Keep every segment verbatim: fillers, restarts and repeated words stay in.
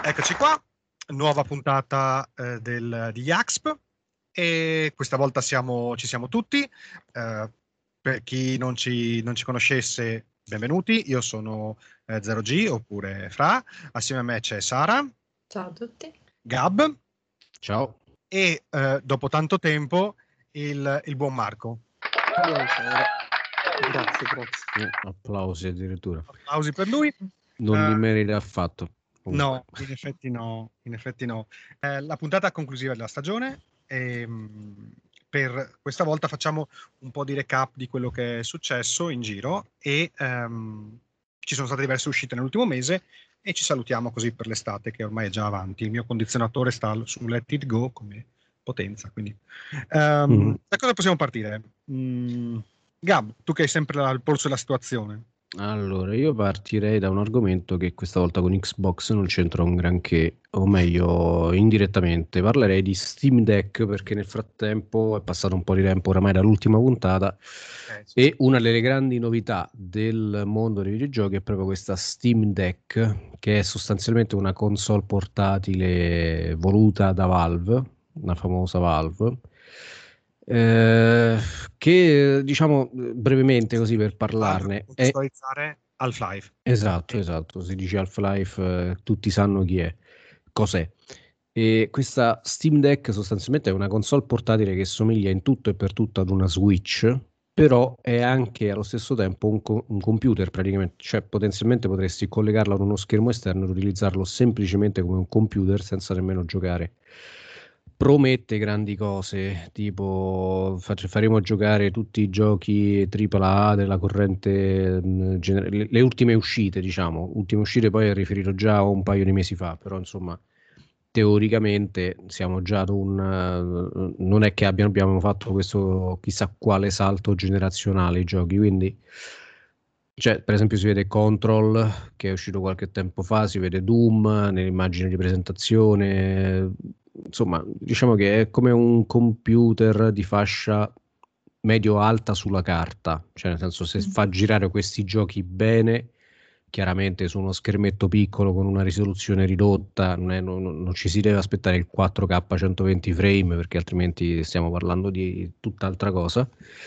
Eccoci qua, nuova puntata eh, del, di Yaxp e questa volta siamo, ci siamo tutti. Eh, per chi non ci, non ci conoscesse, benvenuti, io sono eh, Zero G oppure Fra, assieme a me c'è Sara. Ciao a tutti. Gab. Ciao. E eh, dopo tanto tempo il, il buon Marco. Buonasera. Grazie, grazie. Eh, applausi addirittura. Applausi per lui. Non li Uh, merita affatto. Comunque. No, in effetti no, in effetti no. Eh, la puntata conclusiva della stagione e mh, per questa volta facciamo un po' di recap di quello che è successo in giro e um, ci sono state diverse uscite nell'ultimo mese e ci salutiamo così per l'estate che ormai è già avanti. Il mio condizionatore sta su Let It Go come potenza, quindi um, mm. da cosa possiamo partire? Mm, Gab, tu che hai sempre al polso della situazione. Allora, io partirei da un argomento che questa volta con Xbox non c'entra un granché, o meglio, indirettamente. Parlerei di Steam Deck perché nel frattempo è passato un po' di tempo oramai dall'ultima puntata eh, sì. E una delle grandi novità del mondo dei videogiochi è proprio questa Steam Deck, che è sostanzialmente una console portatile voluta da Valve, una famosa Valve. Eh, che diciamo brevemente così per parlarne è Half-Life. Esatto, esatto, si dice Half-Life, eh, tutti sanno chi è, cos'è. E questa Steam Deck sostanzialmente è una console portatile che somiglia in tutto e per tutto ad una Switch, però è anche allo stesso tempo un, co- un computer praticamente, cioè potenzialmente potresti collegarlo ad uno schermo esterno e utilizzarlo semplicemente come un computer senza nemmeno giocare. Promette grandi cose, tipo faremo giocare tutti i giochi tripla A della corrente, gener- le, le ultime uscite, diciamo, ultime uscite poi è riferito già a un paio di mesi fa, però insomma teoricamente siamo già ad un, uh, non è che abbiamo, abbiamo fatto questo chissà quale salto generazionale i giochi, quindi cioè, per esempio si vede Control che è uscito qualche tempo fa, si vede Doom nell'immagine di presentazione, insomma diciamo che è come un computer di fascia medio-alta sulla carta, cioè nel senso se fa girare questi giochi bene, chiaramente su uno schermetto piccolo con una risoluzione ridotta, non, è, non, non ci si deve aspettare il quattro K centoventi frame perché altrimenti stiamo parlando di tutt'altra cosa,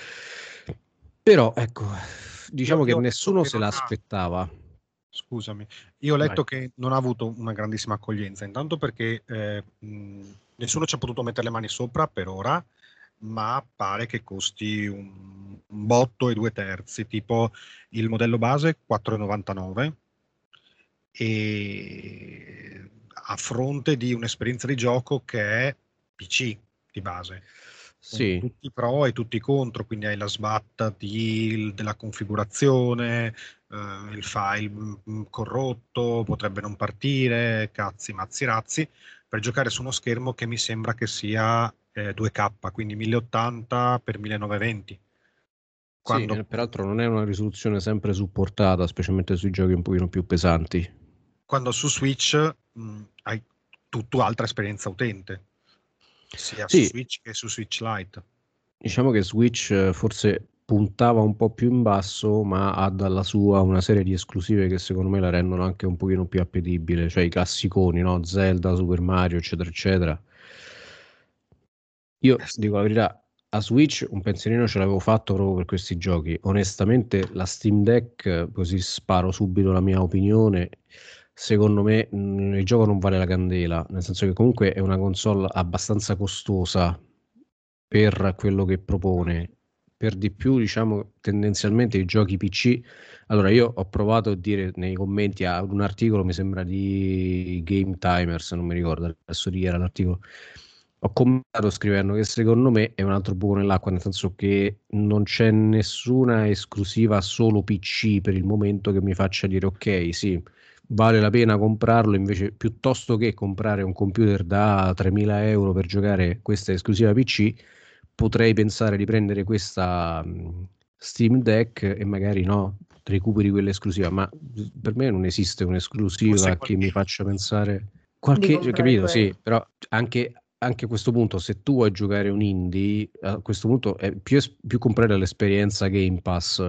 però ecco, diciamo io, che io nessuno che se l'aspettava. Scusami, io ho letto Vai. Che non ha avuto una grandissima accoglienza, intanto perché eh, mh, nessuno ci ha potuto mettere le mani sopra per ora, ma pare che costi un, un botto e due terzi, tipo il modello base quattro virgola novantanove e a fronte di un'esperienza di gioco che è P C di base. Sì. Tutti i pro e tutti i contro, quindi hai la sbatta di, della configurazione, eh, il file mh, corrotto, potrebbe non partire, cazzi, mazzi, razzi, per giocare su uno schermo che mi sembra che sia eh, due K, quindi mille ottanta per millenovecentoventi. Quando... Sì, peraltro non è una risoluzione sempre supportata, specialmente sui giochi un pochino più pesanti. Quando su Switch mh, hai tutt'altra esperienza utente. Sia sì. Su Switch che su Switch Lite. Diciamo che Switch forse puntava un po' più in basso, ma ha dalla sua una serie di esclusive che secondo me la rendono anche un pochino più appetibile, cioè i classiconi, no? Zelda, Super Mario, eccetera, eccetera. Io dico la verità, a Switch un pensierino ce l'avevo fatto proprio per questi giochi. Onestamente la Steam Deck, così sparo subito la mia opinione, secondo me mh, il gioco non vale la candela, nel senso che comunque è una console abbastanza costosa per quello che propone. Per di più, diciamo, tendenzialmente i giochi P C, allora io ho provato a dire nei commenti ad un articolo, mi sembra di Game Timers, non mi ricordo adesso di chi era l'articolo, ho commentato scrivendo che secondo me è un altro buco nell'acqua, nel senso che non c'è nessuna esclusiva solo P C per il momento che mi faccia dire ok, sì, vale la pena comprarlo, invece piuttosto che comprare un computer da tremila euro per giocare questa esclusiva P C, potrei pensare di prendere questa um, Steam Deck e magari no, recuperi quell'esclusiva, ma per me non esiste un'esclusiva che mi faccia pensare qualche, cioè, capito, sì, però anche anche a questo punto, se tu vuoi giocare un indie, a questo punto è più, più comprare l'esperienza Game Pass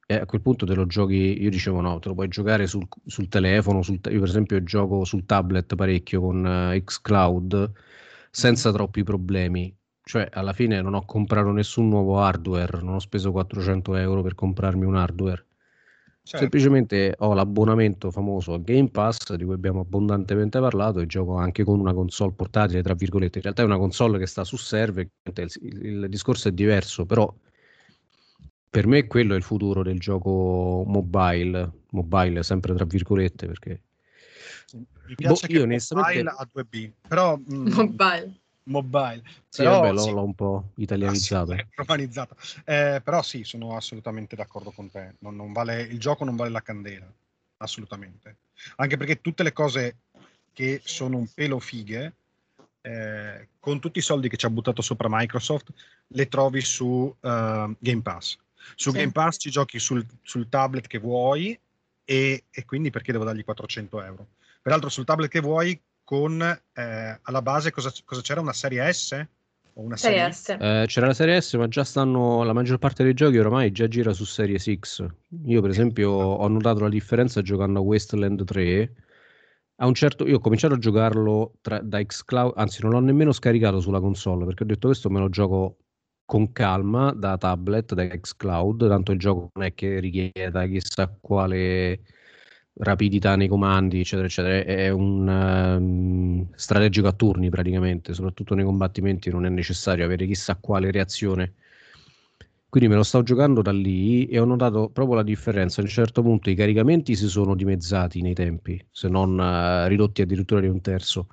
E a quel punto te lo giochi, io dicevo no, te lo puoi giocare sul, sul telefono, sul, io per esempio gioco sul tablet parecchio con uh, xCloud senza mm-hmm. troppi problemi, cioè alla fine non ho comprato nessun nuovo hardware, non ho speso quattrocento euro per comprarmi un hardware, certo. Semplicemente ho l'abbonamento famoso a Game Pass di cui abbiamo abbondantemente parlato e gioco anche con una console portatile, tra virgolette, in realtà è una console che sta su server, il, il, il discorso è diverso, però per me quello è il futuro del gioco mobile, mobile sempre tra virgolette, perché mi piace boh, che io onestamente mobile a due B, però mm, mobile. Mobile. Sì, però, vabbè, l'ho, sì, l'ho un po' italianizzato. Sì, romanizzato. Eh, però sì, sono assolutamente d'accordo con te. Non, non vale, il gioco non vale la candela, assolutamente. Anche perché tutte le cose che sono un pelo fighe, eh, con tutti i soldi che ci ha buttato sopra Microsoft, le trovi su uh, Game Pass. Su sì. Game Pass ci giochi sul, sul tablet che vuoi e, e quindi perché devo dargli quattrocento euro? Peraltro sul tablet che vuoi con eh, alla base cosa, cosa c'era? Una serie S? O una serie S? Eh, c'era la serie S, ma già stanno la maggior parte dei giochi ormai già gira su Series X. Io per esempio ho notato la differenza giocando a Wasteland tre. A un certo, io ho cominciato a giocarlo tra, da xCloud, anzi non l'ho nemmeno scaricato sulla console perché ho detto questo me lo gioco con calma da tablet, da xCloud, tanto il gioco non è che richieda chissà quale rapidità nei comandi, eccetera, eccetera. È un um, strategico a turni praticamente, soprattutto nei combattimenti non è necessario avere chissà quale reazione. Quindi me lo sto giocando da lì e ho notato proprio la differenza. A un certo punto i caricamenti si sono dimezzati nei tempi, se non uh, ridotti addirittura di un terzo.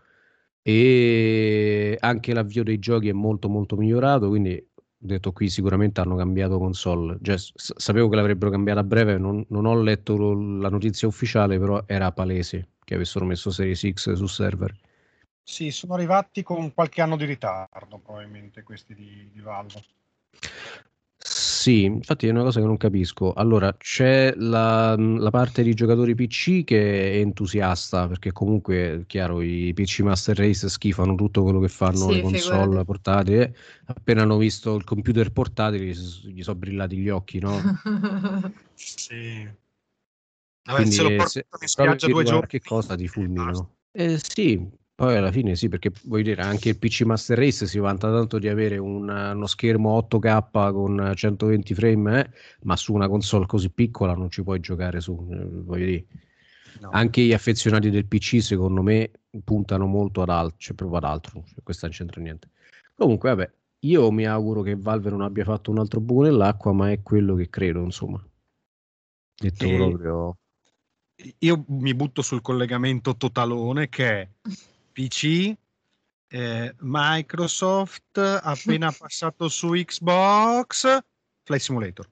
E anche l'avvio dei giochi è molto molto migliorato, quindi ho detto qui sicuramente hanno cambiato console. Cioè, s- sapevo che l'avrebbero cambiata a breve, non, non ho letto lo, la notizia ufficiale, però era palese che avessero messo Series X su server. Sì, sono arrivati con qualche anno di ritardo probabilmente questi di, di Valve. Sì, infatti è una cosa che non capisco. Allora, c'è la, la parte di giocatori P C che è entusiasta, perché comunque, chiaro, i P C Master Race schifano tutto quello che fanno sì, le console figurati. portatili. Appena hanno visto il computer portatile gli sono brillati gli occhi, no? Sì. Vabbè, Quindi se lo eh, portano se in spiaggia due giorni, qualche cosa ti fulminano. Eh, sì, poi alla fine sì, perché vuoi dire, anche il P C Master Race si vanta tanto di avere un, uno schermo otto K con centoventi frame, eh, ma su una console così piccola non ci puoi giocare su, eh, voglio dire. No. Anche gli affezionati del P C secondo me puntano molto ad altro, cioè proprio ad altro, cioè, questo non c'entra niente. Comunque vabbè, io mi auguro che Valve non abbia fatto un altro buco nell'acqua, ma è quello che credo, insomma. Detto e... proprio... Io mi butto sul collegamento totalone che è P C, eh, Microsoft, appena passato su Xbox, Flight Simulator.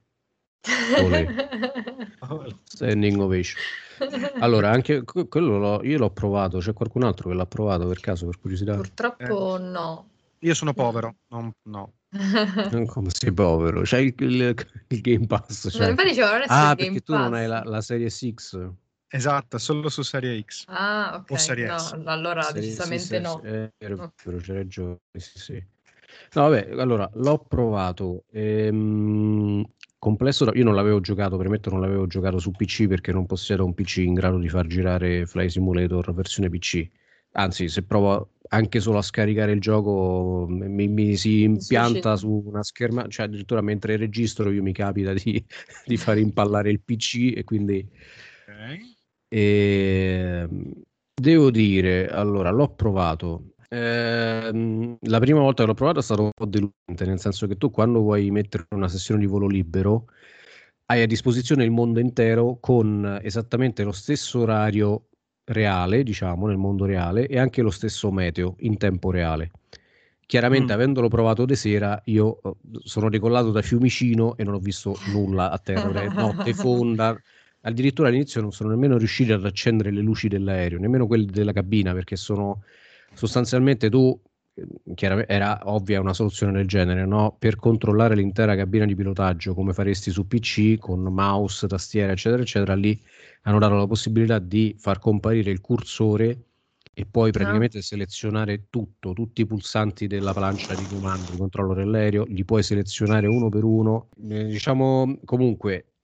Standing ovation. Allora, anche quello l'ho, io l'ho provato, c'è qualcun altro che l'ha provato per caso, per curiosità? Purtroppo eh. no. Io sono povero, non, no. Non come sei povero, c'hai il, il, il Game Pass. Cioè. No, dicevo, non è ah, il perché Game tu Pass. non hai la, la serie X. Esatto, solo su serie X. Ah, ok. O serie no, S. allora serie, decisamente sì, sì, no. Sì, è vero, no. C'è ragione, sì, sì. No, vabbè, allora, l'ho provato. Ehm, complesso, io non l'avevo giocato, premetto non l'avevo giocato su P C perché non possiedo un P C in grado di far girare Flight Simulator versione P C. Anzi, se provo anche solo a scaricare il gioco mi, mi si impianta su una scherma, cioè addirittura mentre registro io mi capita di, di far impallare il P C e quindi okay. e, devo dire, allora l'ho provato. Eh, la prima volta che l'ho provato è stato un po' deludente, nel senso che tu quando vuoi mettere una sessione di volo libero hai a disposizione il mondo intero con esattamente lo stesso orario reale, diciamo, nel mondo reale e anche lo stesso meteo in tempo reale. Chiaramente, mm. avendolo provato di sera, io sono decollato da Fiumicino e non ho visto nulla a terra, notte fonda. Addirittura all'inizio non sono nemmeno riusciti ad accendere le luci dell'aereo, nemmeno quelle della cabina, perché sono sostanzialmente tu, chiaramente era ovvia una soluzione del genere, no? Per controllare l'intera cabina di pilotaggio come faresti su P C con mouse, tastiera, eccetera, eccetera, lì hanno dato la possibilità di far comparire il cursore e poi praticamente no. selezionare tutto, tutti i pulsanti della plancia di comando di controllo dell'aereo, li puoi selezionare uno per uno. Eh, diciamo comunque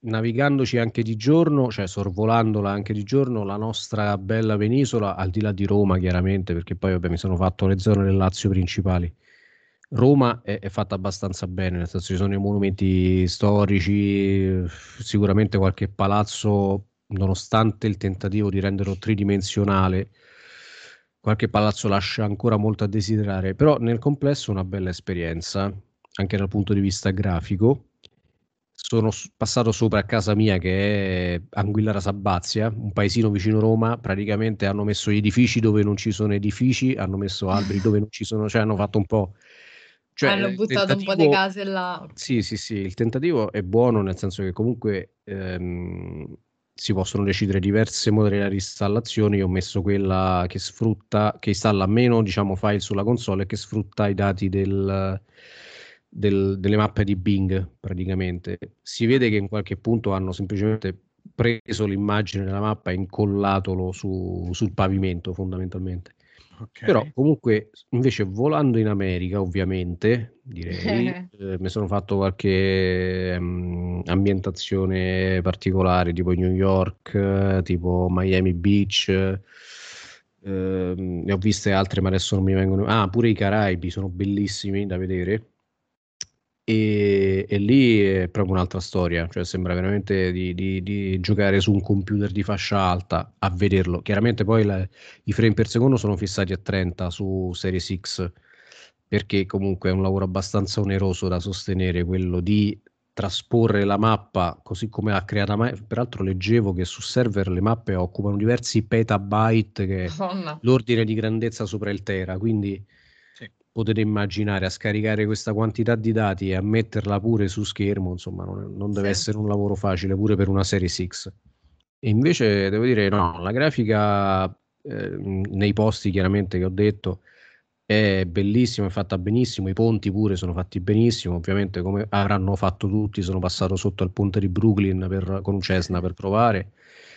navigandoci anche di giorno, cioè sorvolandola anche di giorno, la nostra bella penisola, al di là di Roma chiaramente, perché poi vabbè mi sono fatto le zone del Lazio principali. Roma è, è fatta abbastanza bene, nel senso ci sono i monumenti storici, sicuramente qualche palazzo, nonostante il tentativo di renderlo tridimensionale, qualche palazzo lascia ancora molto a desiderare, però nel complesso una bella esperienza, anche dal punto di vista grafico. Sono s- passato sopra a casa mia che è Anguillara Sabazia, un paesino vicino Roma. Praticamente hanno messo gli edifici dove non ci sono edifici, hanno messo alberi dove non ci sono, cioè hanno fatto un po'. Cioè, Hanno eh, il buttato un po' di tentativo, case là. sì, sì, sì, il tentativo è buono, nel senso che comunque ehm, si possono decidere diverse modalità di installazione. Io ho messo quella che sfrutta, che installa meno, diciamo, file sulla console e che sfrutta i dati del, del- delle mappe di Bing, praticamente. Si vede che in qualche punto hanno semplicemente preso l'immagine della mappa e incollatolo su- sul pavimento, fondamentalmente. Ok. Però comunque invece volando in America, ovviamente, direi, eh, mi sono fatto qualche ehm, ambientazione particolare, tipo New York, eh, tipo Miami Beach, eh, ehm, ne ho viste altre, ma adesso non mi vengono. Ah, pure i Caraibi sono bellissimi da vedere. E, e lì è proprio un'altra storia, cioè sembra veramente di, di- di giocare su un computer di fascia alta a vederlo. Chiaramente poi la- i frame per secondo sono fissati a trenta su Series X, perché comunque è un lavoro abbastanza oneroso da sostenere quello di trasporre la mappa così come l'ha creata. Ma peraltro leggevo che su server le mappe occupano diversi petabyte, che è Madonna. l'ordine di grandezza sopra il tera, quindi Sì. potete immaginare a scaricare questa quantità di dati e a metterla pure su schermo, insomma, non, non deve Sì. essere un lavoro facile pure per una Series X. E invece devo dire no, la grafica eh, nei posti chiaramente che ho detto è bellissima, è fatta benissimo, i ponti pure sono fatti benissimo, ovviamente come avranno fatto tutti, sono passato sotto al ponte di Brooklyn per- con un Cessna per provare.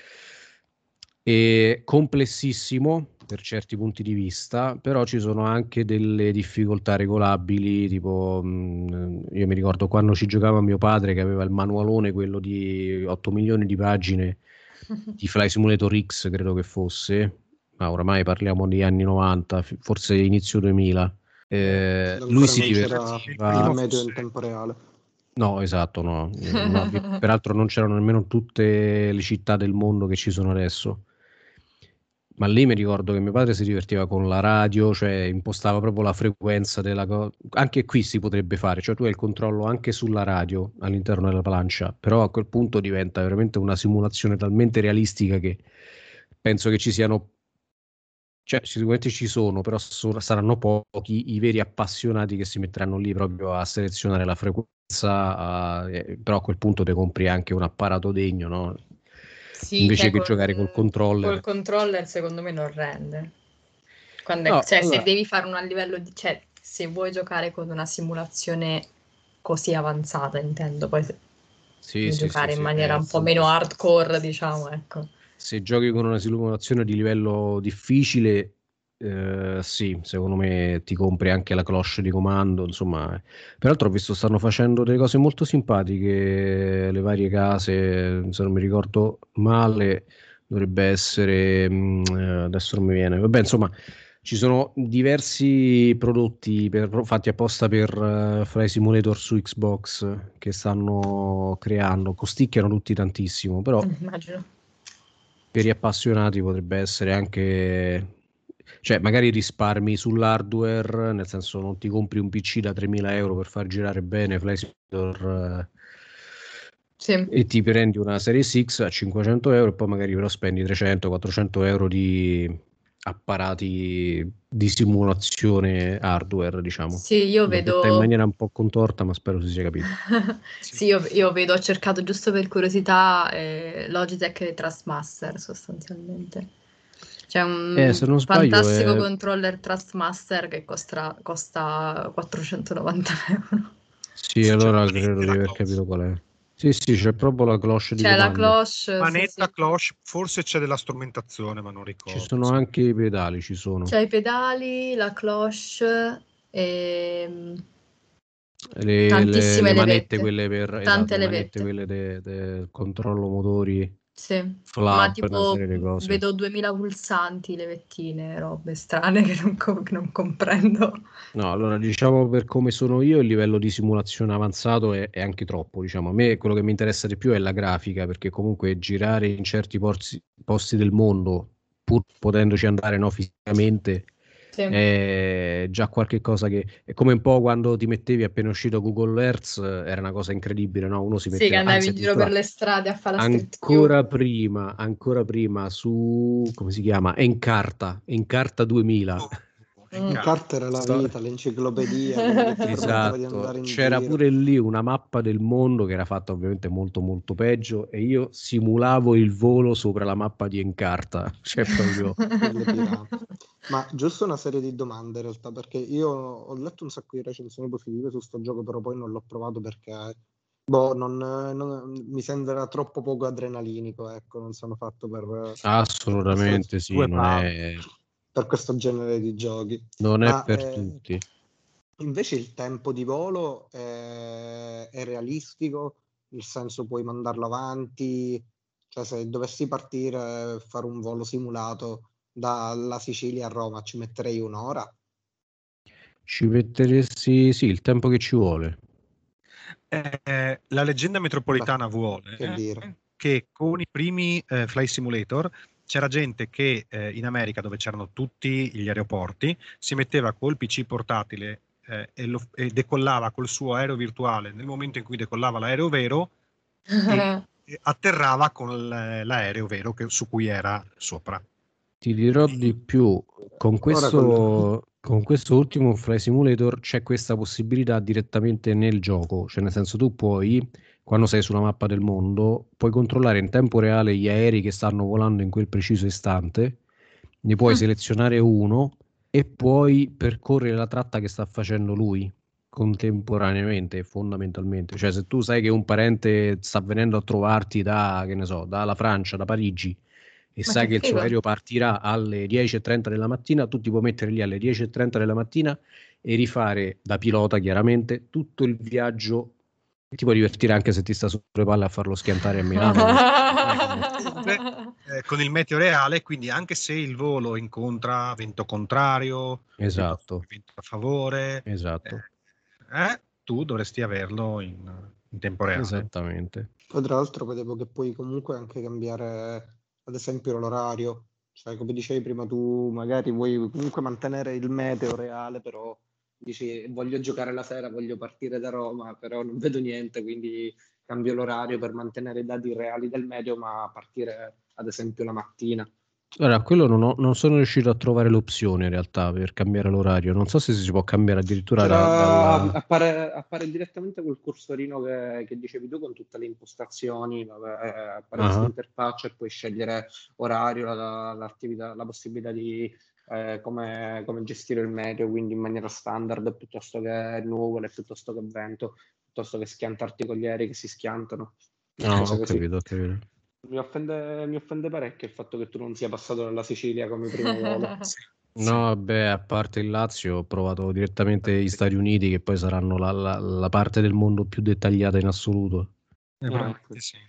E complessissimo per certi punti di vista, però ci sono anche delle difficoltà regolabili, tipo mh, io mi ricordo quando ci giocava mio padre che aveva il manualone, quello di otto milioni di pagine di Fly Simulator X, credo che fosse, ma oramai parliamo di anni novanta, f- forse inizio duemila. Eh, Quando lui ancora si non c'era Il divertiva. il primo medio in fosse- tempo reale. No, esatto, no. Non abbi- Peraltro non c'erano nemmeno tutte le città del mondo che ci sono adesso. Ma lì mi ricordo che mio padre si divertiva con la radio, cioè impostava proprio la frequenza della cosa. Anche qui si potrebbe fare, cioè tu hai il controllo anche sulla radio all'interno della plancia, però a quel punto diventa veramente una simulazione talmente realistica che penso che ci siano, cioè sicuramente ci sono, però so- saranno pochi i veri appassionati che si metteranno lì proprio a selezionare la frequenza, a- eh, però a quel punto te compri anche un apparato degno, no? Sì, Invece cioè che col, giocare col col controller. controller secondo me non rende. Quando è- No, cioè, se allora, devi fare un livello di... cioè, se vuoi giocare con una simulazione così avanzata, intendo, poi se sì, devi sì, sì, giocare in sì, maniera eh, un po' meno appunto. hardcore, diciamo, ecco. Se giochi con una simulazione di livello difficile, eh, sì, secondo me ti compri anche la cloche di comando, insomma. eh. Peraltro ho visto stanno facendo delle cose molto simpatiche, le varie case, se non mi ricordo male, dovrebbe essere, mm, eh, adesso non mi viene, vabbè, insomma, ci sono diversi prodotti per- fatti apposta per eh, Fly Simulator su Xbox che stanno creando, costicchiano tutti tantissimo, però Immagino. per gli appassionati potrebbe essere anche, cioè magari risparmi sull'hardware, nel senso non ti compri un P C da tremila euro per far girare bene Flight Simulator, Sì. eh, e ti prendi una Series X a cinquecento euro e poi magari però spendi trecento quattrocento euro di apparati di simulazione hardware, diciamo. Sì, io L'ho detta in vedo... maniera un po' contorta, ma spero si sia capito. Sì. Sì, io, io vedo, ho cercato giusto per curiosità eh, Logitech e Trustmaster sostanzialmente. C'è Eh, un se non sbaglio fantastico è... controller Trustmaster che costa, costa quattrocentonovanta euro. Sì, C'è allora la credo manetta e di la aver cloche. capito qual è. Sì, sì, c'è proprio la cloche di C'è la comando. cloche, sì, Manetta, sì. cloche, forse c'è della strumentazione, ma non Ci ricordo. sono anche i pedali, ci sono. C'è i pedali, la cloche e... le, le, Tantissime le manette, levette, quelle per esatto, tante le manette, levette. quelle del de controllo motori, Sì, ma flap, una tipo serie di cose. vedo duemila pulsanti, levettine, robe strane che non, co- che non comprendo. No, allora diciamo per come sono io, il livello di simulazione avanzato è, è anche troppo, diciamo. A me quello che mi interessa di più è la grafica, perché comunque girare in certi posti, posti del mondo, pur potendoci andare no, fisicamente, Sì. è già qualche cosa che è come un po' quando ti mettevi appena uscito Google Earth, eh, era una cosa incredibile, no? Uno si Sì, che metteva, andavi anzi in giro per addirittura le strade a fare la street view. ancora prima, ancora prima su, come si chiama? Encarta, Encarta duemila. Oh, Mm. In carta era la Sto- vita, l'enciclopedia, quello che ti permetteva di Esatto, andare in c'era giro. pure lì una mappa del mondo che era fatta ovviamente molto molto peggio e io simulavo il volo sopra la mappa di Encarta, cioè proprio Mille pirati. Ma giusto una serie di domande in realtà, perché io ho letto un sacco di recensioni positive su sto gioco, però poi non l'ho provato perché boh, non, non- mi sembra troppo poco adrenalinico, ecco, non sono fatto per, per questo, assolutamente sì, due non palle. è, per questo genere di giochi. non è Ma per eh, tutti. invece il tempo di volo è, è realistico, nel senso puoi mandarlo avanti, cioè se dovessi partire e fare un volo simulato dalla Sicilia a Roma ci metterei un'ora. Ci metteresti sì il tempo che ci vuole. Eh, la leggenda metropolitana Beh, vuole che dire. eh, che con i primi eh, Flight Simulator c'era gente che eh, in America, dove c'erano tutti gli aeroporti, si metteva col P C portatile eh, e, lo- e decollava col suo aereo virtuale nel momento in cui decollava l'aereo vero e, e atterrava con l- l'aereo vero che- su cui era sopra. Ti dirò di più, con Ora con questo, con questo ultimo Fly Simulator c'è questa possibilità direttamente nel gioco, cioè nel senso tu puoi, quando sei sulla mappa del mondo, puoi controllare in tempo reale gli aerei che stanno volando in quel preciso istante, ne puoi selezionare uno e puoi percorrere la tratta che sta facendo lui contemporaneamente, fondamentalmente. Cioè se tu sai che un parente sta venendo a trovarti da, che ne so, dalla Francia, da Parigi, e Ma sai che che il suo figo. aereo partirà alle dieci e trenta della mattina, tu ti puoi mettere lì alle dieci e trenta della mattina e rifare da pilota chiaramente tutto il viaggio. Ti puoi divertire anche se ti sta sulle palle a farlo schiantare a Milano. Comunque, eh, con il meteo reale, quindi anche se il volo incontra vento contrario, piuttosto che Esatto, vento a favore, eh, esatto, eh, tu dovresti averlo in, in tempo reale. esattamente. Poi tra l'altro vedevo che puoi comunque anche cambiare, ad esempio, l'orario. Cioè, come dicevi prima, tu magari vuoi comunque mantenere il meteo reale, però dici voglio giocare la sera, voglio partire da Roma, però non vedo niente, quindi cambio l'orario per mantenere i dati reali del meteo, ma partire ad esempio la mattina. Allora, quello non, ho- non sono riuscito a trovare l'opzione in realtà per cambiare l'orario. Non so se si può cambiare addirittura da- C'era, dalla... appare, appare direttamente col cursorino che, che dicevi tu con tutte le impostazioni, vabbè, eh, appare questa Ah, interfaccia e puoi scegliere orario, la, l'attività, la possibilità di eh, come, come gestire il meteo, quindi in maniera standard, piuttosto che nuvole, piuttosto che vento, piuttosto che schiantarti con gli aerei che si schiantano, no, cose ho così. capito, ho capito. Mi offende, mi offende parecchio il fatto che tu non sia passato dalla Sicilia come primo volo. Sì, No, sì. vabbè, a parte il Lazio, ho provato direttamente gli Stati Uniti, che poi saranno la, la- la parte del mondo più dettagliata in assoluto. Eh, Ah, ecco. probabilmente sì.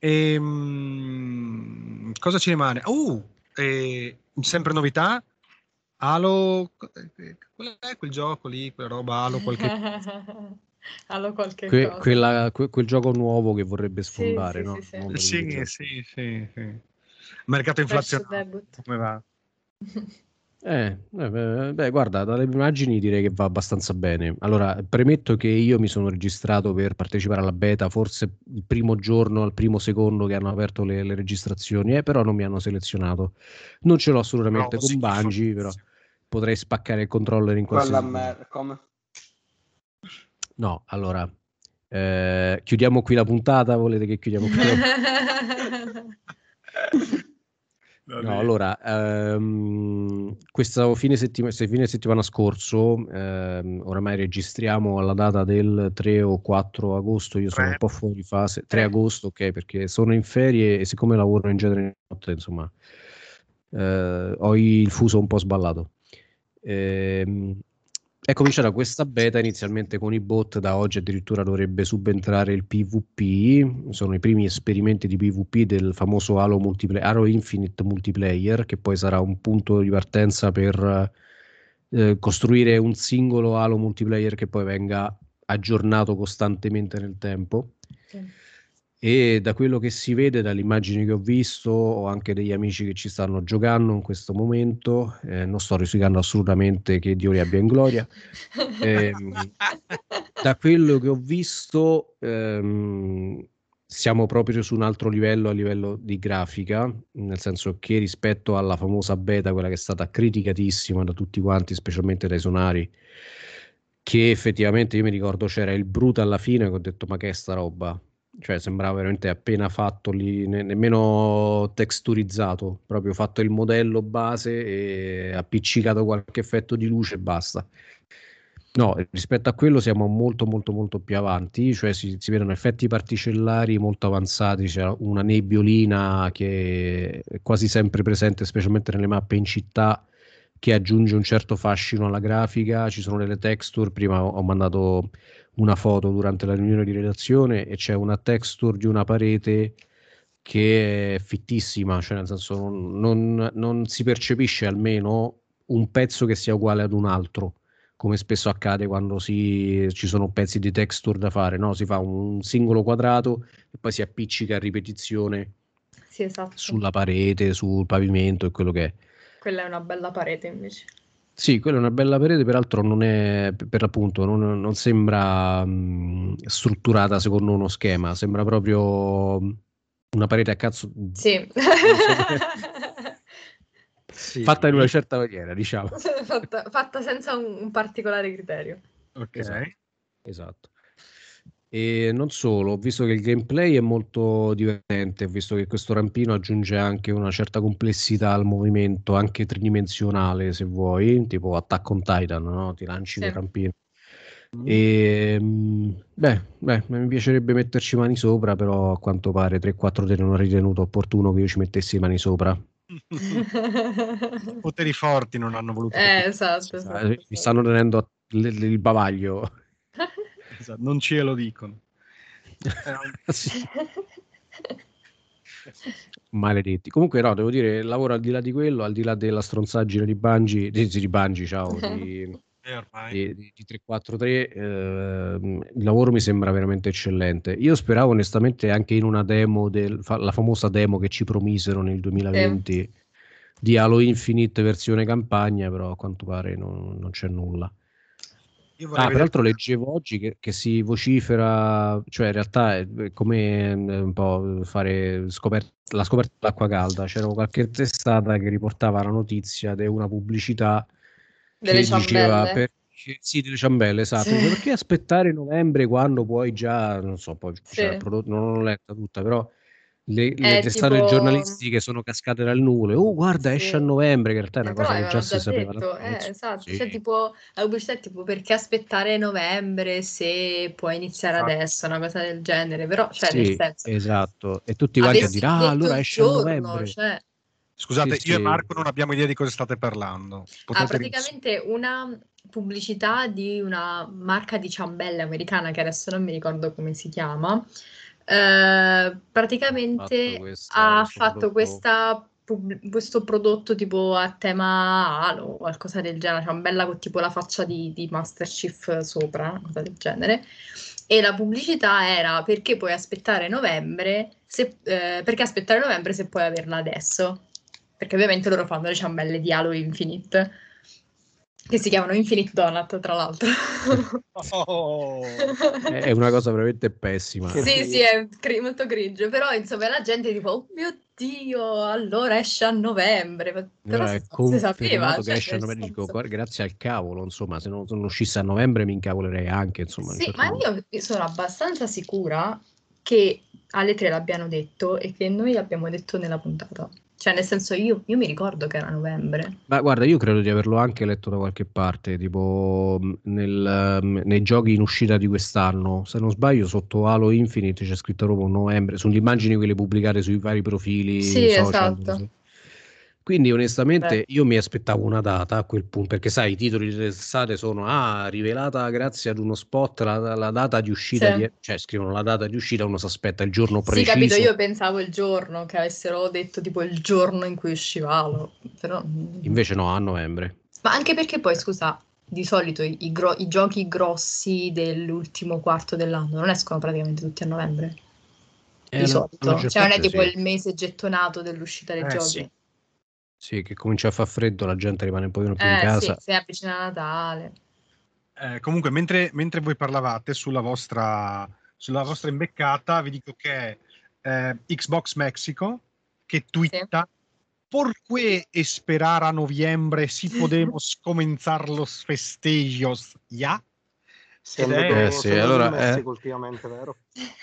Ehm, cosa ci rimane? Uh, eh, sempre novità? Halo, eh, qual è quel gioco lì, quella roba Halo, qualche Allo qualche Que- cosa. quella- que- quel gioco nuovo che vorrebbe Sì, sfondare, sì, sì, no? Il sì. mondo del Sì, videogioco. sì, sì, sì. Mercato Fresh inflazionato, debut. come va? Eh, eh, beh, beh, guarda, dalle immagini direi che va abbastanza bene. Allora, premetto che io mi sono registrato per partecipare alla beta, forse il primo giorno, al primo secondo che hanno aperto le, le registrazioni, eh, però non mi hanno selezionato. Non ce l'ho assolutamente con Rosichi, Bungie, però forse. potrei spaccare il controller in Quella a qualsiasi modo. me, come? No, allora, eh, chiudiamo qui la puntata, volete che chiudiamo qui la puntata? Va No, bene. allora, ehm, questo fine settimana, fine settimana scorso, ehm, oramai registriamo alla data del tre o quattro agosto, io sono un Tre. po' fuori fase, tre Tre. agosto, ok, perché sono in ferie e siccome lavoro in genere di notte, insomma, eh, ho il fuso un po' sballato. Ehm, È cominciata questa beta inizialmente con i bot, da oggi addirittura dovrebbe subentrare il PvP, sono i primi esperimenti di PvP del famoso Halo, multiplayer, Halo Infinite Multiplayer, che poi sarà un punto di partenza per eh, costruire un singolo Halo multiplayer che poi venga aggiornato costantemente nel tempo. Sì. E da quello che si vede, dalle immagini che ho visto, ho anche degli amici che ci stanno giocando in questo momento, eh, non sto risicando assolutamente, che Dio li abbia in gloria. Ehm, da quello che ho visto ehm, siamo proprio su un altro livello a livello di grafica, nel senso che rispetto alla famosa beta, quella che è stata criticatissima da tutti quanti, specialmente dai sonari, che effettivamente io mi ricordo c'era il brutto alla fine, che ho detto ma che è sta roba? Cioè sembrava veramente appena fatto lì, ne- nemmeno texturizzato, proprio fatto il modello base e appiccicato qualche effetto di luce e basta. No, rispetto a quello siamo molto molto molto più avanti, cioè si, si vedono effetti particellari molto avanzati, c'è una nebbiolina che è quasi sempre presente, specialmente nelle mappe in città, che aggiunge un certo fascino alla grafica, ci sono delle texture, prima ho ho mandato una foto durante la riunione di redazione e c'è una texture di una parete che è fittissima, cioè nel senso non, non- non si percepisce almeno un pezzo che sia uguale ad un altro, come spesso accade quando si, ci sono pezzi di texture da fare, no? Si fa un singolo quadrato e poi si appiccica a ripetizione Sì, esatto. sulla parete, sul pavimento e quello che è. Quella è una bella parete invece. Sì, quella è una bella parete, peraltro non è, per l'appunto, non, non sembra mh, strutturata secondo uno schema, sembra proprio mh, una parete a cazzo, mh, Sì. non so come- Sì. fatta in una certa maniera, diciamo. fatta, fatta senza un, un particolare criterio. Ok. Esatto. Esatto. E non solo, ho visto che il gameplay è molto divertente, ho visto che questo rampino aggiunge anche una certa complessità al movimento, anche tridimensionale se vuoi, tipo Attack on Titan, no? Ti lanci Sì. quel rampino. Mm. E mh, beh, beh, mi piacerebbe metterci mani sopra, però a quanto pare tre quattro te non ha ritenuto opportuno che io ci mettessi mani sopra. I poteri forti non hanno voluto. Eh, che- esatto, Eh, esatto, Mi esatto. stanno tenendo a- l- l- il bavaglio. Esatto, non ce lo dicono. Eh, Sì. Maledetti. Comunque no, devo dire, il lavoro al di là di quello, al di là della stronzaggine di Bungie, di, di Bungie, ciao, di, eh, ormai. di, di, di tre quattro tre, ehm, il lavoro mi sembra veramente eccellente. Io speravo onestamente anche in una demo, del, fa- la famosa demo che ci promisero nel duemilaventi di Halo Infinite versione campagna, però a quanto pare non, non c'è nulla. Io vorrei Ah, vedere. peraltro leggevo oggi che, che si vocifera, cioè in realtà è è come eh, un po' fare scoper- la scoperta dell'acqua calda. C'era qualche testata che riportava la notizia di una pubblicità Delle che diceva ciambelle. perché, sì, delle ciambelle, esatto. Sì. Dice, perché aspettare novembre quando puoi già, non so, poi Sì. c'era il prodotto, non l'ho letta tutta, però le, le È testate tipo- giornalistiche sono cascate dal nuvole. Oh, guarda, Sì. esce a novembre, che in realtà è Eh, una però cosa che già avevano si già sapeva detto, eh, dall'inizio. esatto, Sì. cioè tipo la pubblicità è tipo perché aspettare novembre se puoi iniziare Esatto. adesso, una cosa del genere, però cioè Sì, nel senso esatto. E tutti quanti a avessi dire, ah, detto allora il esce a giorno, novembre. cioè Scusate, Sì, io e sì. Marco non abbiamo idea di cosa state parlando. ah, Potete praticamente una pubblicità di una marca di ciambelle americana che adesso non mi ricordo come si chiama. eh, praticamente Fatto questa- ha questo fatto prodotto. questa pub- questo prodotto tipo a tema Halo o qualcosa del genere, ciambella con tipo la faccia di, di Master Chief sopra, una cosa del genere. E la pubblicità era perché puoi aspettare novembre, se, eh, perché aspettare novembre se puoi averla adesso. Perché ovviamente loro fanno le ciambelle di Halo Infinite, che si chiamano Infinite Donut, tra l'altro. Oh. È è una cosa veramente pessima. Che Sì, ridere. sì, è cri- molto grigio, però insomma la gente tipo, oh mio Dio, allora esce a novembre, Ma- però Allora, si, è si sapeva, confermato che cioè, esce a nel novembre. Dico, senso- guarda, grazie al cavolo, insomma, se non, se non uscisse a novembre mi incavolerei anche, insomma, a un Sì, certo ma punto. io io sono abbastanza sicura che alle tre l'abbiano detto e che noi l'abbiamo detto nella puntata. Cioè, nel senso, io, io mi ricordo che era novembre. Ma guarda, io credo di averlo anche letto da qualche parte, tipo mh, nel, mh, nei giochi in uscita di quest'anno. Se non sbaglio, sotto Halo Infinite c'è scritto proprio novembre, sulle immagini quelle pubblicate sui vari profili Sì, social. esatto. Quindi onestamente Beh. io mi aspettavo una data a quel punto, perché sai, i titoli dell'estate sono ah, rivelata grazie ad uno spot la, la data di uscita, Sì. di, cioè scrivono la data di uscita, uno si aspetta il giorno Sì, capito, preciso. io pensavo il giorno, che avessero detto tipo il giorno in cui usciva Halo, però... Invece no, a novembre. Ma anche perché poi, scusa, di solito i, i gro- i giochi grossi dell'ultimo quarto dell'anno non escono praticamente tutti a novembre, E di la, la solito. maggior Cioè non è parte tipo sì. il mese gettonato dell'uscita dei Eh, giochi. sì. Sì, che comincia a far freddo, la gente rimane un pochino più in Eh sì, casa. si avvicina a Natale. Eh, comunque, mentre, mentre voi parlavate sulla vostra, sulla vostra imbeccata, vi dico che eh, Xbox Mexico che Sì. twitta ¿por qué esperar a noviembre si podemos comenzar los festejos ya? Si Ed è è Eh andato, sì, si è andato in allora eh, Messico ultimamente, vero?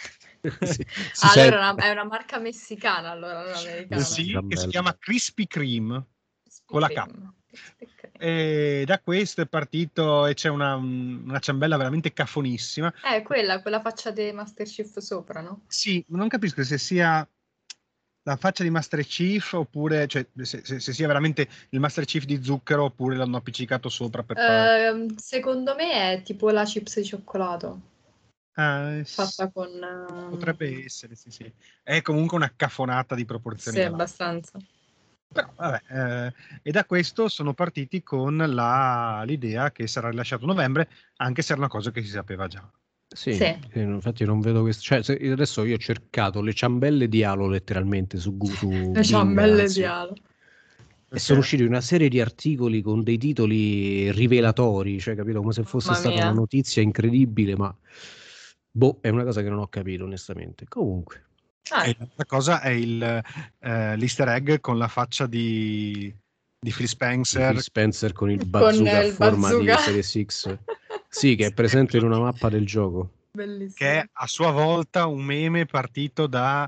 sì, si Allora sente è una, è una marca messicana, allora, non americana. questa sì, che si ciambella. chiama Krispy Kreme Krispy con la K. Kreme. Krispy Kreme. E da questo è partito e c'è una, una ciambella veramente cafonissima. Eh, quella, quella faccia di Master Chief sopra, no? Sì, non capisco se sia la faccia di Master Chief oppure cioè, se, se- se sia veramente il Master Chief di zucchero oppure l'hanno appiccicato sopra per fare... Ehm, secondo me è tipo la chips di cioccolato, Ah, s- fatta con... ehm, potrebbe essere, sì, sì. È comunque una cafonata di proporzioni sì, galattiche. abbastanza. Però, vabbè, eh, e da questo sono partiti con la- l'idea che sarà rilasciato a novembre, anche se era una cosa che si sapeva già. Sì, Sì, sì, infatti non vedo questo. Cioè, se- adesso io ho cercato le ciambelle di Halo letteralmente su, Gu- su le Bing, ciambelle di anzi, Halo. e sono Ok? usciti una serie di articoli con dei titoli rivelatori, cioè, capito, come se fosse Mamma stata una mia. notizia incredibile, ma boh, è una cosa che non ho capito onestamente. Comunque, Ah, E l'altra cosa è il, eh, l'easter egg con la faccia di, di Phil di Phil Spencer. Spencer con il con bazooka a il forma di bazooka. Series X, sì, che è Sì, presente in quello una lì, mappa del gioco. che Bellissimo. è a sua volta un meme partito da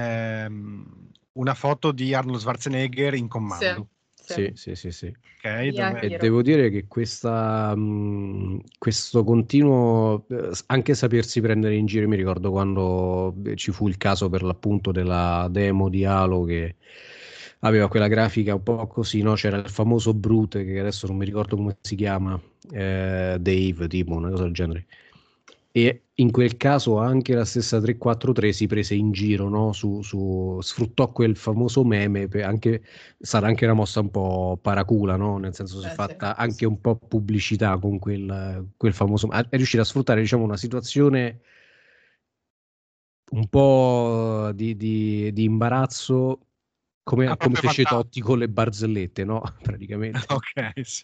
ehm, una foto di Arnold Schwarzenegger in Sì, comando. sì. Sì, sì, sì, sì. Ok? Via Dove... E Hero. devo dire che questa, mh, questo continuo, eh, anche sapersi prendere in giro, mi ricordo quando eh, ci fu il caso per l'appunto della demo di Halo che aveva quella grafica un po' così, no? C'era il famoso Brute, che adesso non mi ricordo come si chiama, eh, Dave, tipo, una cosa del genere. E in quel caso anche la stessa tre quattro tre si prese in giro, no? Su, su- sfruttò quel famoso meme, per anche, sarà anche una mossa un po' paracula, no? Nel senso si è Eh sì. fatta anche un po' pubblicità con quel, quel famoso, è riuscito a sfruttare, diciamo, una situazione un po' di, di- di imbarazzo, A come, come proprio fece vantaggio. Totti con le barzellette, no? Praticamente. Ok, sì.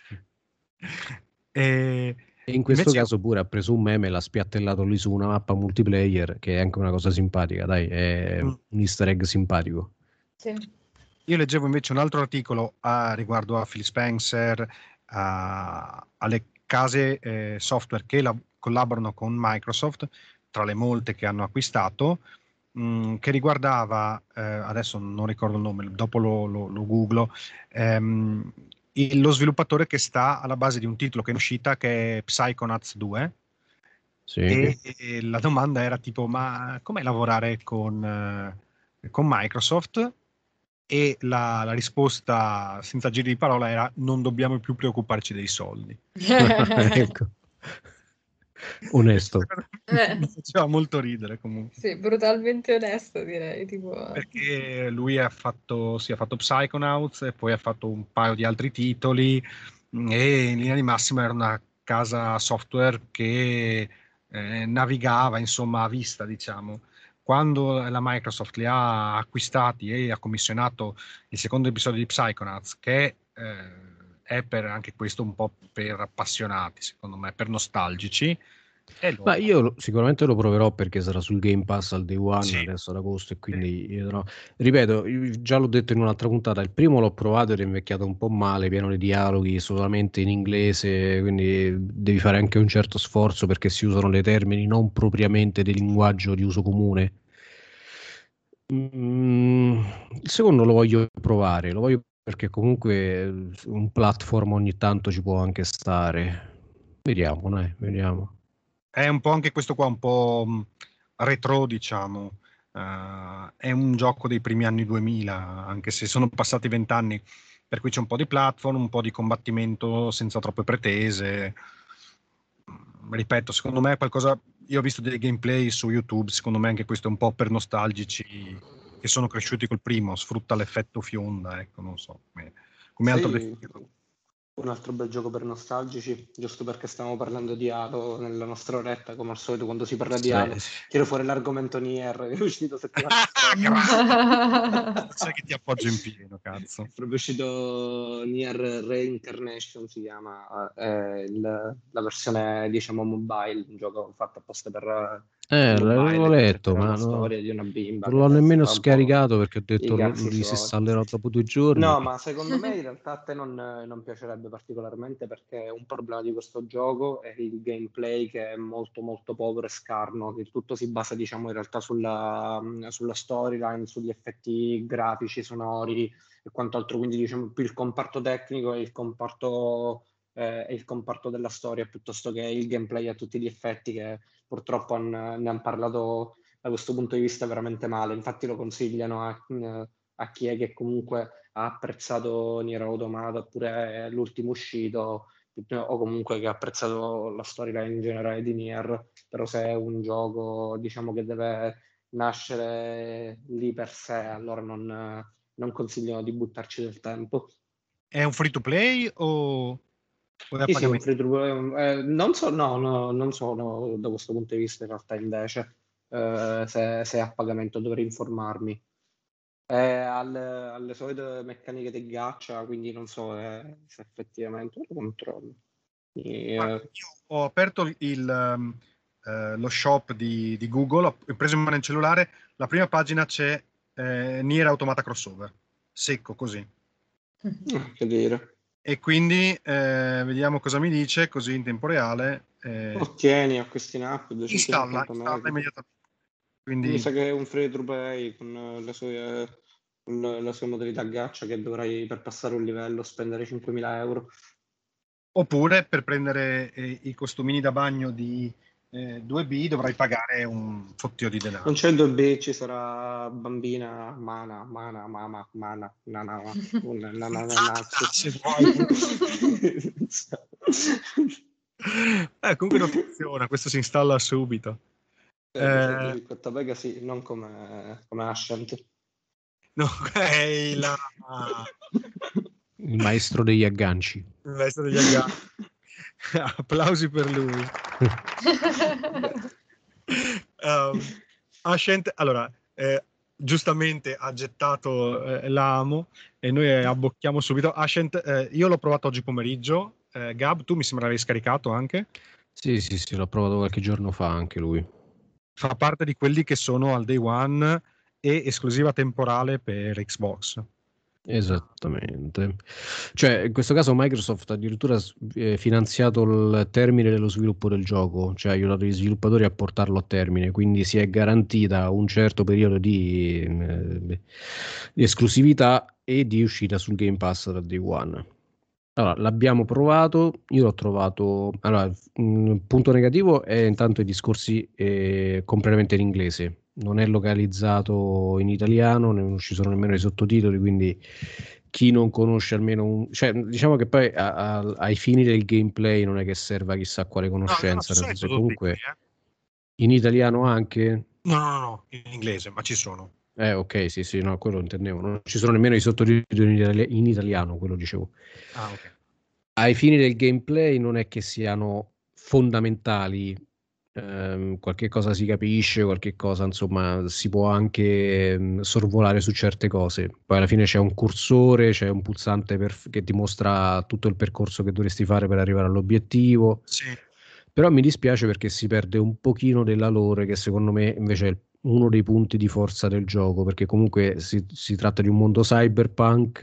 E E in questo invece caso pure ha preso un meme e l'ha spiattellato lì su una mappa multiplayer, che è anche una cosa simpatica, dai, è mm, un easter egg simpatico. Sì. io leggevo invece un altro articolo a- riguardo a Phil Spencer, a- alle case eh, software che la- collaborano con Microsoft, tra le molte che hanno acquistato, mh, che riguardava, eh, adesso non ricordo il nome, dopo lo, lo, lo googlo, ehm, il- lo sviluppatore che sta alla base di un titolo che è in uscita che è Psychonauts due. Sì. E, e la domanda era tipo, ma com'è lavorare con, eh, con Microsoft? E la, la risposta senza giri di parola era non dobbiamo più preoccuparci dei soldi. Ecco, E questa onesto. cosa Eh, mi faceva molto ridere comunque. sì, brutalmente onesto direi, tipo... Perché lui ha fatto, sì, ha fatto Psychonauts e poi ha fatto un paio di altri titoli mh, e in linea di massima era una casa software che eh, navigava insomma a vista, diciamo. Quando la Microsoft li ha acquistati e ha commissionato il secondo episodio di Psychonauts, che eh, è per anche questo un po' per appassionati, secondo me, per nostalgici, e Ma loro... io lo- sicuramente lo proverò perché sarà sul Game Pass al day one, Sì, adesso ad agosto, e sì. quindi io no. Ripeto, io già l'ho detto in un'altra puntata, il primo l'ho provato ed è invecchiato un po' male, pieno di dialoghi solamente in inglese, quindi devi fare anche un certo sforzo perché si usano dei termini non propriamente del linguaggio di uso comune. Mm, il secondo lo voglio provare, lo voglio perché comunque eh, un platform ogni tanto ci può anche stare. Vediamo, dai, vediamo. È un po' anche questo qua, un po' mh, retro, diciamo. Eh, è un gioco dei primi anni duemila, anche se sono passati vent'anni. per cui c'è un po' di platform, un po' di combattimento senza troppe pretese. Ripeto, secondo me è qualcosa, io ho visto dei gameplay su YouTube, secondo me anche questo è un po' per nostalgici che sono cresciuti col primo, sfrutta l'effetto fionda, ecco, non so come, come altro Sì, definirlo. un altro bel gioco per nostalgici, giusto perché stiamo parlando di Halo nella nostra oretta, come al solito quando si parla di Halo, Eh, tiro fuori l'argomento Nier, che è uscito settimana scorsa. Grazie. Sai che ti appoggio in pieno, cazzo. È proprio uscito Nier Reincarnation, si chiama, è il- la versione, diciamo, mobile, un gioco fatto apposta per, per eh, mobile, l'avevo che letto, tratterà ma la no, storia di una bimba non l'ho che si nemmeno fa un po' scaricato perché ho i detto lo, cazzi lo suoi. disinstallerò dopo due giorni. No, ma secondo me in realtà a te non, non piacerebbe particolarmente, perché un problema di questo gioco è il gameplay, che è molto molto povero e scarno. Il tutto si basa, diciamo, in realtà sulla, sulla storyline, sugli effetti grafici, sonori e quant'altro. Quindi, diciamo, più il comparto tecnico e il comparto, eh, è il comparto della storia, piuttosto che il gameplay a tutti gli effetti, che purtroppo han- ne hanno parlato da questo punto di vista veramente male. Infatti lo consigliano a, a chi è che comunque ha apprezzato Nier Automata, oppure l'ultimo uscito, o comunque che ha apprezzato la storyline in generale di Nier. Però se è un gioco, diciamo, che deve nascere lì per sé, allora non, non consiglio di buttarci del tempo. È un free to play o, o è a Sì, sì, un pagamento? free to play. Eh, non so, no, no, non sono da questo punto di vista in realtà, invece, eh, se, se è a pagamento dovrei informarmi. È al- alle solite meccaniche di gaccia, quindi non so, eh, se effettivamente lo controllo. E, Guarda, eh, io ho aperto il, um, eh, lo shop di, di Google, ho preso in mano il cellulare, la prima pagina c'è eh, Nier Automata Crossover, secco così. che dire. E quindi eh, vediamo cosa mi dice, così in tempo reale. Eh, Ottieni acquisti in app installa, duecentocinquanta installa mega. immediatamente. Mi Quindi, sa che è un free to play con le sue, con la sua modalità gaccia, che dovrai, per passare un livello, spendere cinquemila euro. oppure per prendere eh, i costumini da bagno di eh, due B dovrai pagare un fottio di denaro. Non c'è il due B, ci sarà bambina, mana, mana, mama, mana, nana, una, nana, nanazzo. Se vuoi. Eh, comunque non funziona, questo si installa subito. Eh, Eh, duecentocinquanta mega sì, non come, come Ascent. no, ehi là, Il maestro degli agganci. il maestro degli agganci. Applausi per lui. um, Ascent, allora, eh, giustamente ha gettato eh, l'amo e noi eh, abbocchiamo subito. Ascent, eh, io l'ho provato oggi pomeriggio. Eh, Gab, tu mi sembra l'avevi scaricato anche. Sì, sì, sì, l'ho provato qualche giorno fa anche lui. Fa parte di quelli che sono al day one e esclusiva temporale per Xbox. Esattamente. Cioè, in questo caso Microsoft ha addirittura eh, finanziato il termine dello sviluppo del gioco, cioè ha aiutato gli sviluppatori a portarlo a termine, quindi si è garantita un certo periodo di, eh, di esclusività e di uscita sul Game Pass da day one. Allora, l'abbiamo provato, io l'ho trovato. Allora, il punto negativo è intanto i discorsi eh, completamente in inglese, non è localizzato in italiano, non ci sono nemmeno i sottotitoli, quindi chi non conosce almeno un... cioè, diciamo che poi a- a- ai fini del gameplay non è che serva chissà quale No, no, conoscenza, ci nel sono i senso che sottotitoli, comunque eh? in italiano anche. No, no, no, no, in inglese, ma ci sono. Eh, ok, sì, sì, no, quello intendevo. Non ci sono nemmeno i sottotitoli in, itali- in italiano, quello dicevo. Ah, ok. Ai fini del gameplay non è che siano fondamentali, ehm, qualche cosa si capisce, qualche cosa insomma si può anche ehm, sorvolare su certe cose. Poi alla fine c'è un cursore, c'è un pulsante per- che ti mostra tutto il percorso che dovresti fare per arrivare all'obiettivo. Sì. Però mi dispiace perché si perde un pochino della lore, che secondo me invece è uno dei punti di forza del gioco, perché comunque si, si tratta di un mondo cyberpunk,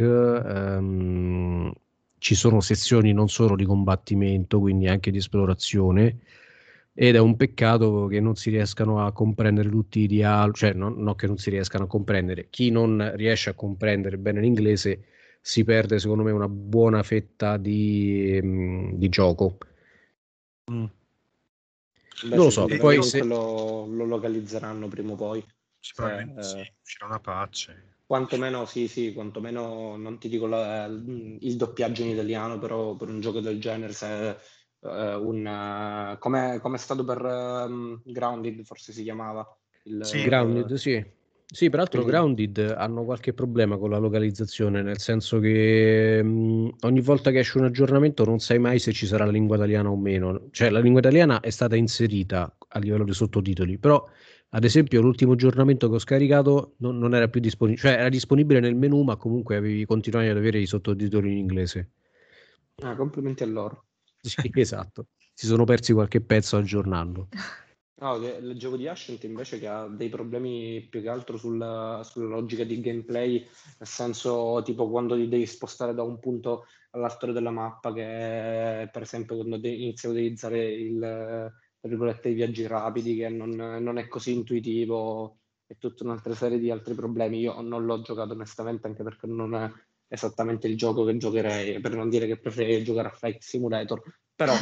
ehm, ci sono sezioni non solo di combattimento, quindi anche di esplorazione, ed è un peccato che non si riescano a comprendere tutti i dialoghi, cioè non, non che non si riescano a comprendere, chi non riesce a comprendere bene l'inglese si perde secondo me una buona fetta di, mm, di gioco. Mm. Beh, Non lo sì, so, secondo E me poi io comunque se... lo, lo localizzeranno prima o poi. sì, Se, probabilmente sì, eh, uscirà una patch. Quantomeno sì, sì, quantomeno non ti dico la- il doppiaggio in italiano, però per un gioco del genere, se eh, un eh, come come è stato per ehm, Grounded, forse si chiamava il, Sì, Grounded, sì. Sì, peraltro quelli- Grounded hanno qualche problema con la localizzazione, nel senso che mh, ogni volta che esce un aggiornamento non sai mai se ci sarà la lingua italiana o meno. Cioè, la lingua italiana è stata inserita a livello di sottotitoli, però, ad esempio, l'ultimo aggiornamento che ho scaricato non, non era più disponibile, cioè era disponibile nel menu, ma comunque avevi continuavi ad avere i sottotitoli in inglese. ah, complimenti a loro. Sì, esatto. Si sono persi qualche pezzo aggiornando. No, che- il gioco di Ascent invece che ha dei problemi più che altro sulla, sulla logica di gameplay, nel senso tipo quando ti devi spostare da un punto all'altro della mappa, che per esempio quando de- inizi a utilizzare il, tra virgolette, i viaggi rapidi, che non, non è così intuitivo e tutta un'altra serie di altri problemi. Io non l'ho giocato onestamente anche perché non è esattamente il gioco che giocherei, per non dire che preferirei giocare a Flight Simulator, però...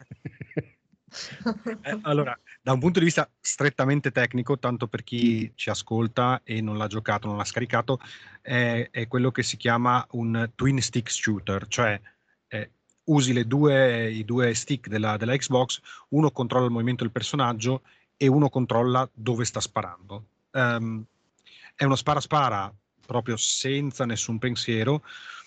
Eh, allora, da un punto di vista strettamente tecnico, tanto per chi ci ascolta e non l'ha giocato, non l'ha scaricato, è, è quello che si chiama un twin stick shooter, cioè eh, usi le due, i due stick della, della Xbox, uno controlla il movimento del personaggio e uno controlla dove sta sparando. Ehm, è uno spara-spara proprio senza nessun pensiero.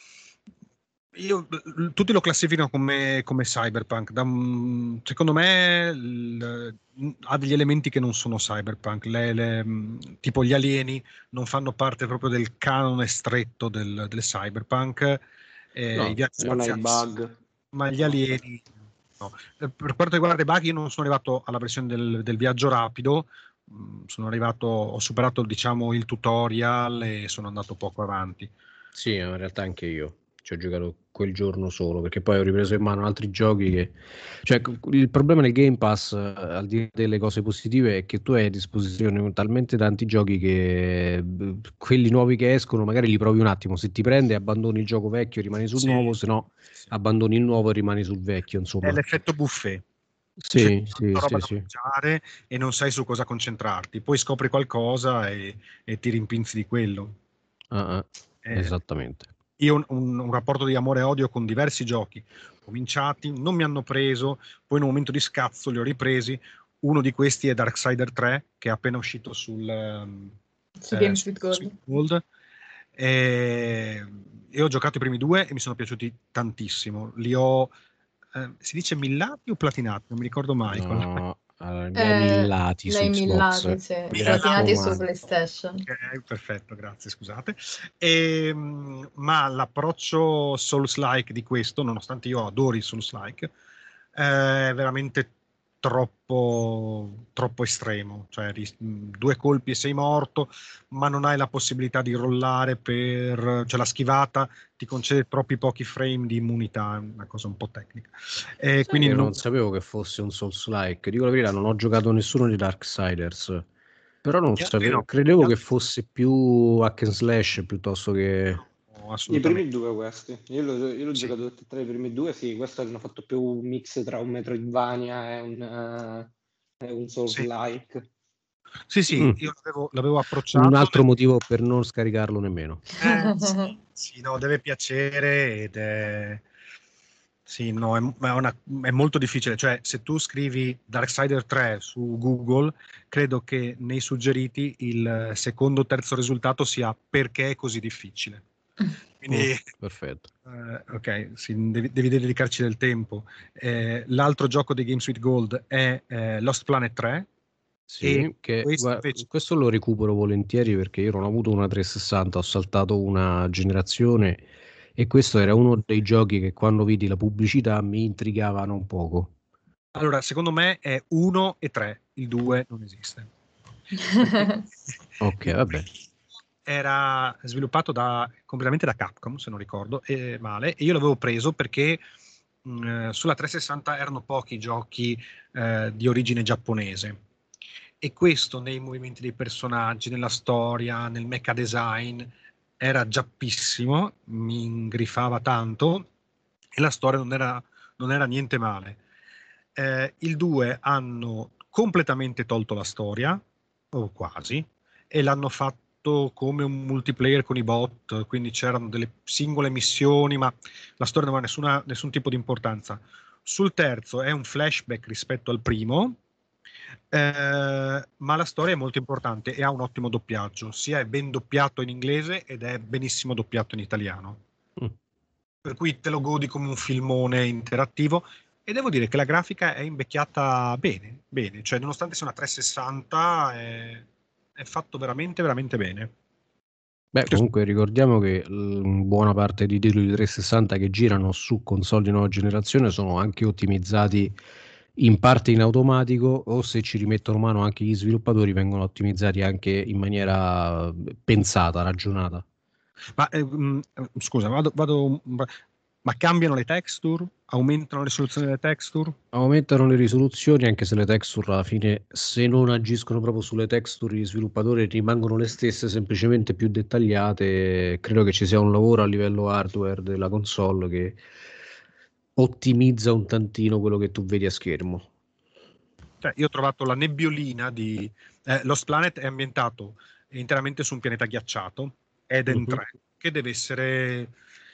Io, tutti lo classificano come, come cyberpunk. Da un- secondo me il- ha degli elementi che non sono cyberpunk. Le- le- tipo gli alieni non fanno parte proprio del canone stretto del, del cyberpunk. Eh, i No, viaggi Non hai spaziali sì, bug. ma gli No, ok. alieni no. Eh, Per quanto riguarda i bug, io non sono arrivato alla versione del, del viaggio rapido. Mm, Sono arrivato, ho superato, diciamo, il tutorial e sono andato poco avanti. sì, in realtà anche io ci ho giocato quel giorno solo, perché poi ho ripreso in mano altri giochi che... Cioè, c- il problema del Game Pass, eh, al di là delle cose positive, è che tu hai a disposizione talmente tanti giochi che eh, quelli nuovi che escono magari li provi un attimo, se ti prende abbandoni il gioco vecchio e rimani sul Sì, nuovo, se no sì, sì. abbandoni il nuovo e rimani sul vecchio, È insomma. l'effetto buffet. C'è Sì, sì, tanta roba sì, da sì. mangiare e non sai su cosa concentrarti. Poi scopri qualcosa e, e ti rimpinzi di quello. Ah, ah, Eh, esattamente. io ho un, un- un rapporto di amore e odio con diversi giochi. Cominciati, non mi hanno preso, poi in un momento di scazzo li ho ripresi. Uno di questi è Darksider tre, che è appena uscito sul, ehm, Su eh, Games su- with su Gold. Gold. E, e ho giocato i primi due e mi sono piaciuti tantissimo. Li ho, eh, si dice millati o platinati? Non mi ricordo mai. Con la- No, allora, li hai Eh, millati su L'hai Xbox, millati, sì. mi Platinati su raccomando. PlayStation. Ok, perfetto, grazie, scusate. Ehm, ma l'approccio Souls-like di questo, nonostante io adori Souls-like, è veramente troppo, troppo estremo. Cioè, ris- due colpi e sei morto, ma non hai la possibilità di rollare per... Cioè, la schivata ti concede troppi pochi frame di immunità, è una cosa un po' tecnica. E Sai quindi che non... non sapevo che fosse un Souls-like? Dico la verità, non ho giocato nessuno di Darksiders, però non Gli altri sapevo, no. credevo Gli che altri fosse più hack and slash piuttosto che... no, I primi assolutamente. due questi, io l'ho io l'ho Sì. giocato tutti e tre i primi due, sì, questo hanno fatto più un mix tra un Metroidvania e un, eh, e un Sì. Souls-like. Sì, sì, Mm, io l'avevo, l'avevo un approcciato. altro motivo per non scaricarlo nemmeno. Eh, sì, sì, no, deve piacere ed è... Sì, no, è, è una- è molto difficile. Cioè, se tu scrivi Darksider tre su Google, credo che nei suggeriti il secondo o terzo risultato sia perché è così difficile. Mm, Quindi, perfetto. eh, ok, sì, devi, devi dedicarci del tempo. Eh, l'altro gioco di Games with Gold è eh, Lost Planet tre e Sì, che questo gua- invece... questo lo recupero volentieri perché io non ho avuto una trecentosessanta, ho saltato una generazione e questo era uno dei giochi che quando vidi la pubblicità mi intrigavano un poco. Allora, secondo me è uno e tre, il due non esiste. Perché Ok, il vabbè. primo era sviluppato da, completamente da Capcom, se non ricordo eh, male, e io l'avevo preso perché mh, eh, sulla trecentosessanta erano pochi giochi eh, di origine giapponese. E questo nei movimenti dei personaggi, nella storia, nel mecha design, era giappissimo, mi ingrifava tanto e la storia non era, non era niente male. Eh, il due hanno completamente tolto la storia, o quasi, e l'hanno fatto fatto come un multiplayer con i bot, quindi c'erano delle singole missioni, ma la storia non ha nessuna, nessun tipo di importanza. Sul terzo è un flashback rispetto al primo, eh, ma la storia è molto importante e ha un ottimo doppiaggio, sia è ben doppiato in inglese ed è benissimo doppiato in italiano. Mm. Per cui te lo godi come un filmone interattivo e devo dire che la grafica è invecchiata bene, bene, cioè nonostante sia una trecentosessanta è, è fatto veramente veramente bene. Beh, comunque ricordiamo che l- buona parte di titoli di trecentosessanta che girano su console di nuova generazione sono anche ottimizzati in parte in automatico, o se ci rimettono mano anche gli sviluppatori vengono ottimizzati anche in maniera pensata, ragionata. Ma eh, mh, scusa, vado, vado, ma cambiano le texture? Aumentano le risoluzioni delle texture? Aumentano le risoluzioni, anche se le texture alla fine, se non agiscono proprio sulle texture, gli sviluppatori rimangono le stesse, semplicemente più dettagliate. Credo che ci sia un lavoro a livello hardware della console che ottimizza un tantino quello che tu vedi a schermo. Cioè, io ho trovato la nebbiolina di eh, Lost Planet è ambientato interamente su un pianeta ghiacciato, Eden tre, uh-huh. che deve essere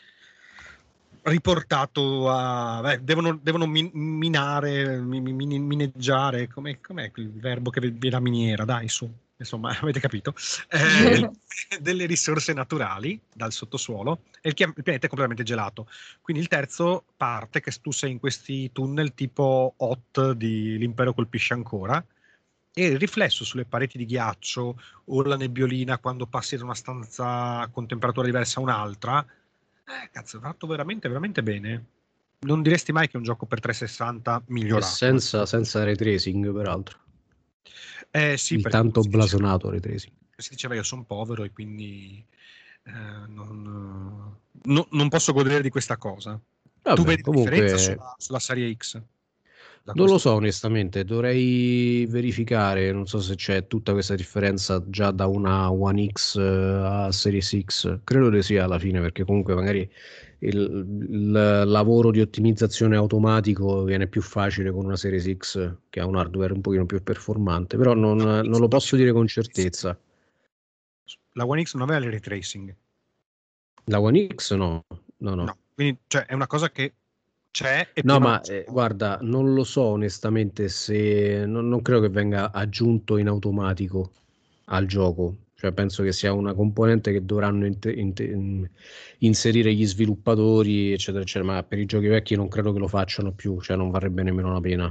riportato a beh, devono, devono min- minare min- min- mineggiare com'è, com'è il verbo che viene da miniera, dai su, insomma avete capito, eh, delle risorse naturali dal sottosuolo e il, chi- il pianeta è completamente gelato, quindi il terzo parte che tu sei in questi tunnel tipo Hot di L'Impero colpisce ancora e il riflesso sulle pareti di ghiaccio o la nebbiolina quando passi da una stanza con temperatura diversa a un'altra. Eh, cazzo, è fatto veramente, veramente bene. Non diresti mai che è un gioco per trecentosessanta E migliorato. senza, senza ray tracing, peraltro. Eh sì, Il perché tanto si blasonato diceva, ray tracing. si diceva io sono povero e quindi eh, non, no- non posso godere di questa cosa. Tu Vabbè, vedi la differenza comunque sulla, sulla serie X? Da non lo questo so onestamente, dovrei verificare, non so se c'è tutta questa differenza già da una One X eh, a Series X, credo che sia alla fine, perché comunque magari il, il lavoro di ottimizzazione automatico viene più facile con una Series X che ha un hardware un pochino più performante, però non, No, non lo posso dire con certezza. la One X non aveva il ray tracing. La One X no, no, no. No, quindi cioè, è una cosa che c'è e No, prima non ma eh, c'era. guarda, non lo so onestamente se non, non credo che venga aggiunto in automatico al gioco. Cioè, penso che sia una componente che dovranno inte- inte- in- inserire gli sviluppatori, eccetera, eccetera. Ma per i giochi vecchi non credo che lo facciano più, cioè non varrebbe nemmeno la pena.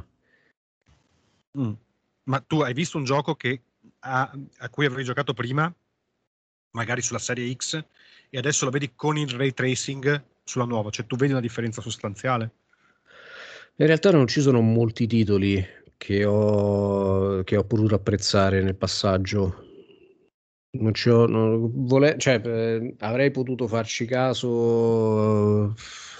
Mm. Ma tu hai visto un gioco che ha- a cui avevi giocato prima, magari sulla serie X, e adesso lo vedi con il ray tracing sulla nuova? Cioè tu vedi una differenza sostanziale? In realtà non ci sono molti titoli che ho, che ho potuto apprezzare nel passaggio. Non ci ho, non- vole- cioè, eh, avrei potuto farci caso.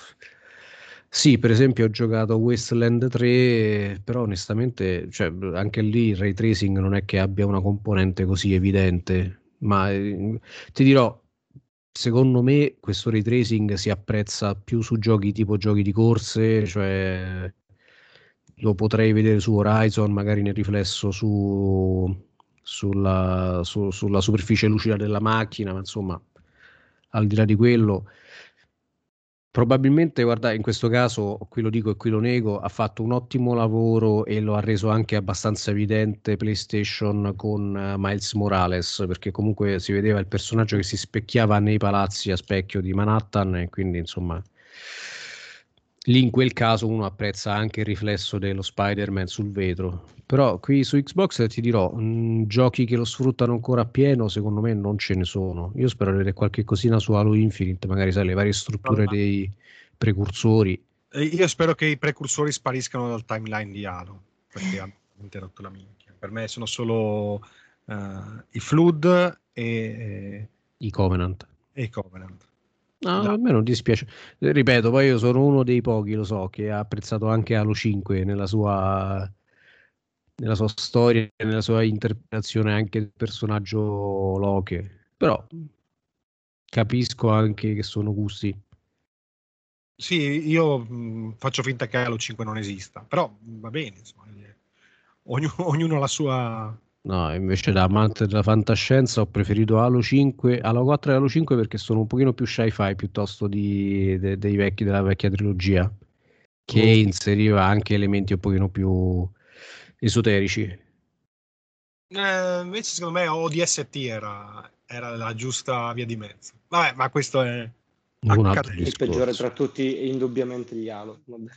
Sì, per esempio ho giocato a Wasteland tre, però onestamente, cioè, anche lì il ray tracing non è che abbia una componente così evidente, ma eh, ti dirò, secondo me questo ray tracing si apprezza più su giochi tipo giochi di corse, cioè lo potrei vedere su Horizon, magari nel riflesso su, sulla, su- sulla superficie lucida della macchina, ma insomma, al di là di quello, probabilmente, guarda, in questo caso, qui lo dico e qui lo nego, ha fatto un ottimo lavoro e lo ha reso anche abbastanza evidente PlayStation con eh, Miles Morales, perché comunque si vedeva il personaggio che si specchiava nei palazzi a specchio di Manhattan e quindi, insomma, lì in quel caso uno apprezza anche il riflesso dello Spider-Man sul vetro. Però qui su Xbox ti dirò, mh, giochi che lo sfruttano ancora appieno, secondo me non ce ne sono. Io spero di vedere qualche cosina su Halo Infinite, magari sai, le varie strutture dei precursori. E io spero che i precursori spariscano dal timeline di Halo, perché hanno veramente rotto la minchia. Per me sono solo eh, i Flood e, I Covenant. e i Covenant. No, Da. a me non dispiace. Eh, Ripeto, poi io sono uno dei pochi, lo so, che ha apprezzato anche Halo cinque nella sua, nella sua storia, nella sua interpretazione anche del personaggio Loki. Però capisco anche che sono gusti. Sì, io mh, faccio finta che Halo cinque non esista, però mh, va bene, insomma, eh, ognuno, ognuno ha la sua, No, invece da amante della fantascienza ho preferito Halo cinque, Halo quattro e Halo cinque perché sono un pochino più sci-fi piuttosto di, de- dei vecchi della vecchia trilogia, che Oh. inseriva anche elementi un pochino più esoterici. Eh, invece secondo me O D S T era, era la giusta via di mezzo. Vabbè, ma questo è Un altro accademico. Il peggiore discorso. tra tutti è indubbiamente gli Halo. Vabbè.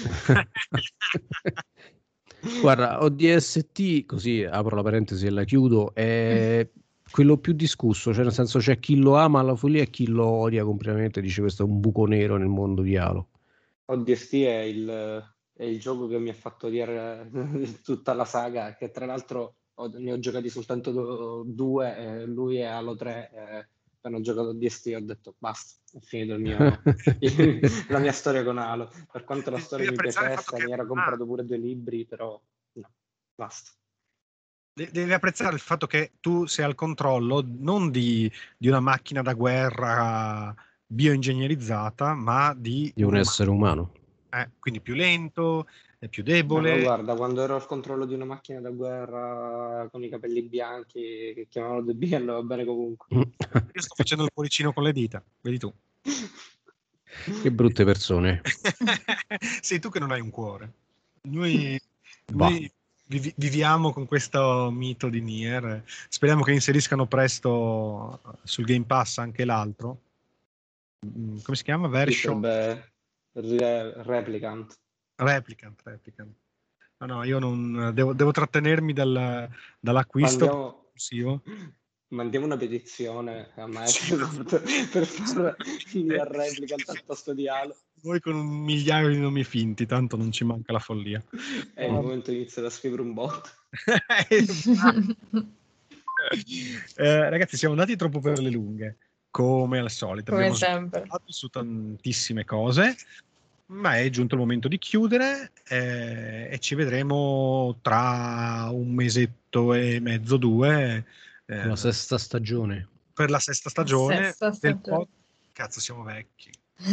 Guarda, O D S T, così apro la parentesi e la chiudo, è quello più discusso, cioè nel senso c'è chi lo ama alla follia e chi lo odia completamente, dice questo è un buco nero nel mondo di Halo. O D S T è il, è il gioco che mi ha fatto odiare tutta la saga, che tra l'altro ho- ne ho giocati soltanto do- due, eh, lui e Halo tre, eh, hanno giocato O D S T e ho detto basta, è finito il mio, la mia storia con Halo. Per quanto la storia Devi mi apprezzare il fatto piacesse, che mi ero ah, comprato pure due libri, però no, basta. de- devi apprezzare il fatto che tu sei al controllo non di, di una macchina da guerra bioingegnerizzata, ma di Di un un umano, essere umano. eh, quindi più lento, eh, più Eh, ma debole. guarda, quando ero al controllo di una macchina da guerra con i capelli bianchi che chiamavano The Bee, andava bene comunque. Io sto facendo il cuoricino con le dita, vedi tu. Che brutte persone. Sei tu che non hai un cuore. Noi, Bah. noi vivi- viviamo con questo mito di Nier. Speriamo che inseriscano presto sul Game Pass anche l'altro. Mm, Come si chiama? Sì, Version sarebbe re- Replicant. Replicant. Replicant. No, no, io non devo, devo trattenermi dal- dall'acquisto Mandiamo, compulsivo. mandiamo una petizione a Sì, Microsoft per fare il Eh, Replicant al posto di Halo. Noi con un migliaio di nomi finti, tanto non ci manca la follia. E il momento inizia da scrivere un bot. Eh, ragazzi, siamo andati troppo per le lunghe, come al solito. Come Abbiamo sempre. sbagliato su tantissime cose, ma è giunto il momento di chiudere eh, e ci vedremo tra un mesetto e mezzo, due, eh, Con la sesta stagione. per la sesta stagione Sesta del stagione. pod. Cazzo, siamo vecchi.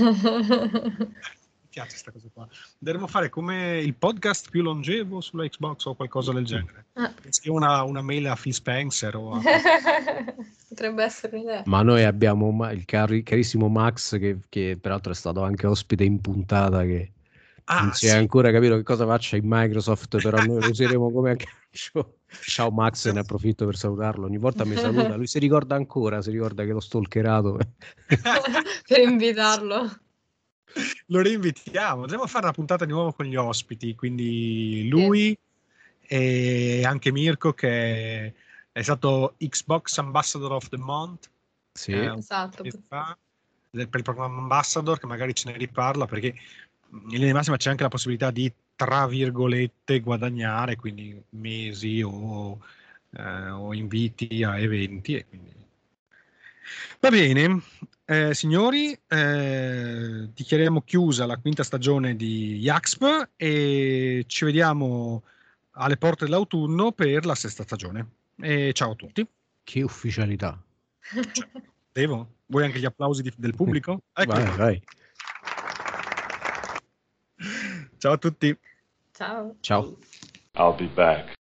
Mi piace questa cosa qua. Dovremmo fare come il podcast più longevo sulla Xbox o qualcosa del genere. Ah. Scrivo una, una mail a Phil Spencer o a... Potrebbe essere un'idea. Ma noi abbiamo ma- il cari- carissimo Max che, che peraltro è stato anche ospite in puntata che Ah, non si è sì. ancora capito che cosa faccia in Microsoft, però noi lo useremo come a calcio. Ciao Max, ne approfitto per salutarlo. Ogni volta mi saluta, lui si ricorda ancora, si ricorda che l'ho stalkerato. Per invitarlo. Lo reinvitiamo. Dobbiamo fare una puntata di nuovo con gli ospiti, quindi lui e anche Mirko che è stato Xbox Ambassador of the Month. Sì. eh, Esatto. fa, per il programma Ambassador, che magari ce ne riparla perché in linea di massima c'è anche la possibilità di, tra virgolette, guadagnare, quindi mesi o, eh, o inviti a eventi. E quindi... Va bene, eh, signori, eh, dichiariamo chiusa la quinta stagione di Yaxp e ci vediamo alle porte dell'autunno per la sesta stagione. E ciao a tutti. Che ufficialità. Cioè, devo? Vuoi anche gli applausi di- del pubblico? Eccoli Vai, qua. vai. Ciao a tutti. Ciao. Ciao. I'll be back.